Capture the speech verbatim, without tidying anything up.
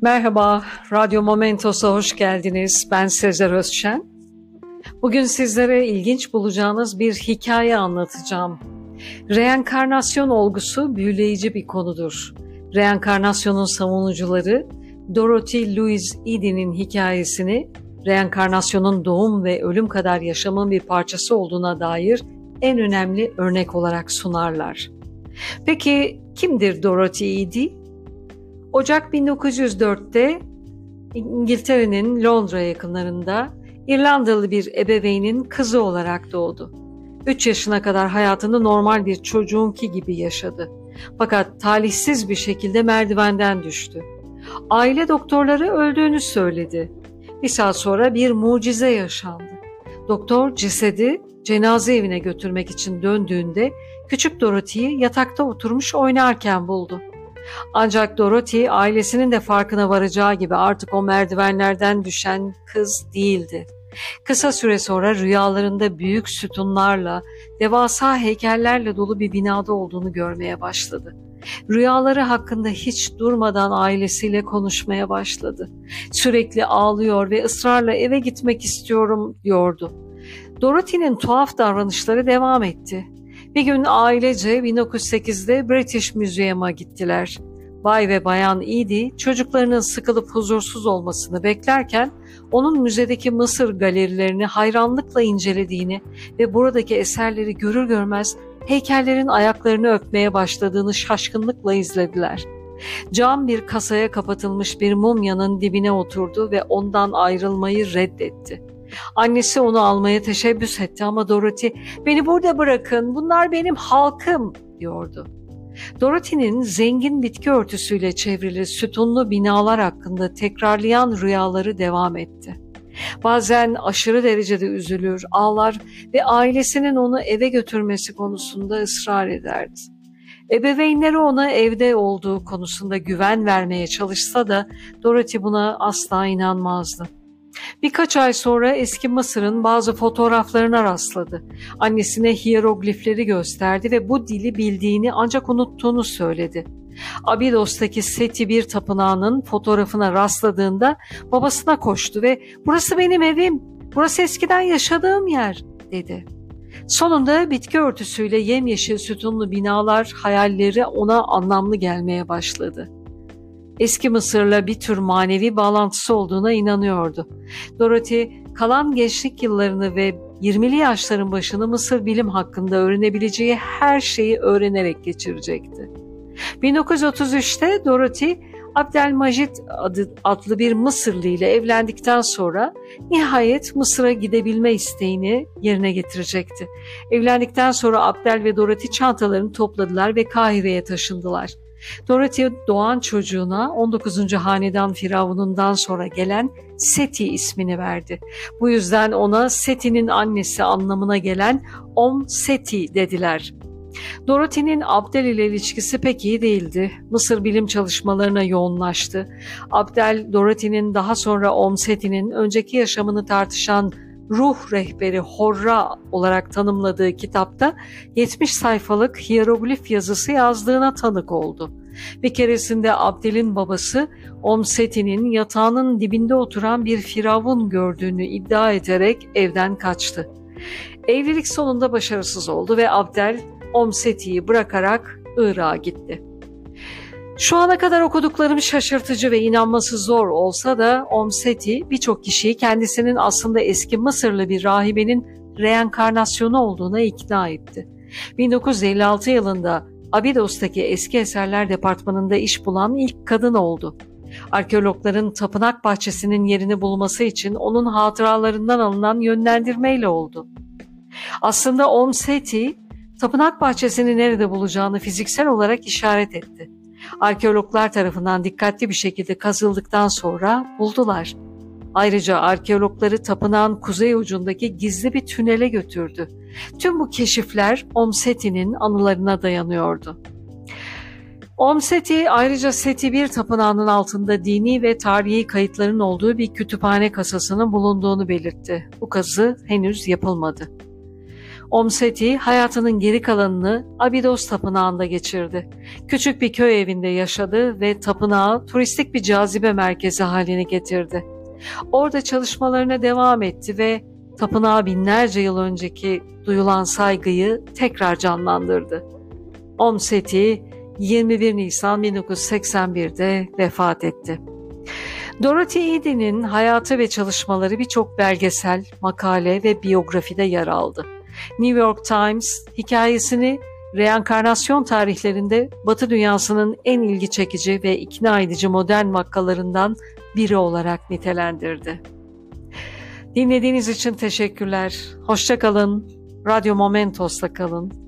Merhaba, Radyo Momentos'a hoş geldiniz. Ben Sezer Özşen. Bugün sizlere ilginç bulacağınız bir hikaye anlatacağım. Reenkarnasyon olgusu büyüleyici bir konudur. Reenkarnasyonun savunucuları Dorothy Louise Edy'nin hikayesini reenkarnasyonun doğum ve ölüm kadar yaşamın bir parçası olduğuna dair en önemli örnek olarak sunarlar. Peki kimdir Dorothy Edy? Ocak bin dokuz yüz dörtte İngiltere'nin Londra yakınlarında İrlandalı bir ebeveynin kızı olarak doğdu. üç yaşına kadar hayatını normal bir çocuğunki gibi yaşadı. Fakat talihsiz bir şekilde merdivenden düştü. Aile doktorları öldüğünü söyledi. Bir saat sonra bir mucize yaşandı. Doktor cesedi cenaze evine götürmek için döndüğünde küçük Dorothy'yi yatakta oturmuş oynarken buldu. Ancak Dorothy ailesinin de farkına varacağı gibi artık o merdivenlerden düşen kız değildi. Kısa süre sonra rüyalarında büyük sütunlarla, devasa heykellerle dolu bir binada olduğunu görmeye başladı. Rüyaları hakkında hiç durmadan ailesiyle konuşmaya başladı. Sürekli ağlıyor ve ısrarla eve gitmek istiyorum diyordu. Dorothy'nin tuhaf davranışları devam etti. Bir gün ailece bin dokuz yüz sekizde British Museum'a gittiler. Bay ve Bayan Edy çocuklarının sıkılıp huzursuz olmasını beklerken onun müzedeki Mısır galerilerini hayranlıkla incelediğini ve buradaki eserleri görür görmez heykellerin ayaklarını öpmeye başladığını şaşkınlıkla izlediler. Cam bir kasaya kapatılmış bir mumyanın dibine oturdu ve ondan ayrılmayı reddetti. Annesi onu almaya teşebbüs etti ama Dorothy, "Beni burada bırakın, bunlar benim halkım," diyordu. Dorothy'nin zengin bitki örtüsüyle çevrili sütunlu binalar hakkında tekrarlayan rüyaları devam etti. Bazen aşırı derecede üzülür, ağlar ve ailesinin onu eve götürmesi konusunda ısrar ederdi. Ebeveynleri ona evde olduğu konusunda güven vermeye çalışsa da Dorothy buna asla inanmazdı. Birkaç ay sonra eski Mısır'ın bazı fotoğraflarına rastladı. Annesine hiyeroglifleri gösterdi ve bu dili bildiğini ancak unuttuğunu söyledi. Abidos'taki Seti bir tapınağının fotoğrafına rastladığında babasına koştu ve "Burası benim evim, burası eskiden yaşadığım yer," dedi. Sonunda bitki örtüsüyle yemyeşil sütunlu binalar hayalleri ona anlamlı gelmeye başladı. Eski Mısır'la bir tür manevi bağlantısı olduğuna inanıyordu. Dorothy, kalan gençlik yıllarını ve yirmili yaşların başını Mısır bilim hakkında öğrenebileceği her şeyi öğrenerek geçirecekti. bin dokuz yüz otuz üçte Dorothy, Abdelmajid adlı bir Mısırlı ile evlendikten sonra nihayet Mısır'a gidebilme isteğini yerine getirecekti. Evlendikten sonra Abdel ve Dorothy çantalarını topladılar ve Kahire'ye taşındılar. Dorothy doğan çocuğuna on dokuzuncu hanedan firavunundan sonra gelen Seti ismini verdi. Bu yüzden ona Seti'nin annesi anlamına gelen Om Seti dediler. Dorothy'nin Abdel ile ilişkisi pek iyi değildi. Mısır bilim çalışmalarına yoğunlaştı. Abdel, Dorothy'nin daha sonra Om Seti'nin önceki yaşamını tartışan ruh rehberi Horra olarak tanımladığı kitapta yetmiş sayfalık hiyeroglif yazısı yazdığına tanık oldu. Bir keresinde Abdel'in babası Om Seti'nin yatağının dibinde oturan bir firavun gördüğünü iddia ederek evden kaçtı. Evlilik sonunda başarısız oldu ve Abdel Om Seti'yi bırakarak Irak'a gitti. Şu ana kadar okuduklarım şaşırtıcı ve inanması zor olsa da Om Seti birçok kişiyi kendisinin aslında eski Mısırlı bir rahibenin reenkarnasyonu olduğuna ikna etti. bin dokuz yüz elli altı yılında Abidos'taki Eski Eserler Departmanı'nda iş bulan ilk kadın oldu. Arkeologların tapınak bahçesinin yerini bulması için onun hatıralarından alınan yönlendirmeyle oldu. Aslında Om Seti, tapınak bahçesini nerede bulacağını fiziksel olarak işaret etti. Arkeologlar tarafından dikkatli bir şekilde kazıldıktan sonra buldular. Ayrıca arkeologları tapınağın kuzey ucundaki gizli bir tünele götürdü. Tüm bu keşifler Om Seti'nin anılarına dayanıyordu. Om Seti ayrıca Seti bir tapınağının altında dini ve tarihi kayıtların olduğu bir kütüphane kasasının bulunduğunu belirtti. Bu kazı henüz yapılmadı. Om Seti hayatının geri kalanını Abydos Tapınağı'nda geçirdi. Küçük bir köy evinde yaşadı ve tapınağı turistik bir cazibe merkezi haline getirdi. Orada çalışmalarına devam etti ve tapınağa binlerce yıl önceki duyulan saygıyı tekrar canlandırdı. Om Seti yirmi bir Nisan bin dokuz yüz seksen bir'de vefat etti. Dorothy Eden'in hayatı ve çalışmaları birçok belgesel, makale ve biyografide yer aldı. New York Times hikayesini reenkarnasyon tarihlerinde Batı dünyasının en ilgi çekici ve ikna edici modern vakalarından biri olarak nitelendirdi. Dinlediğiniz için teşekkürler. Hoşça kalın. Radyo Momentos'ta kalın.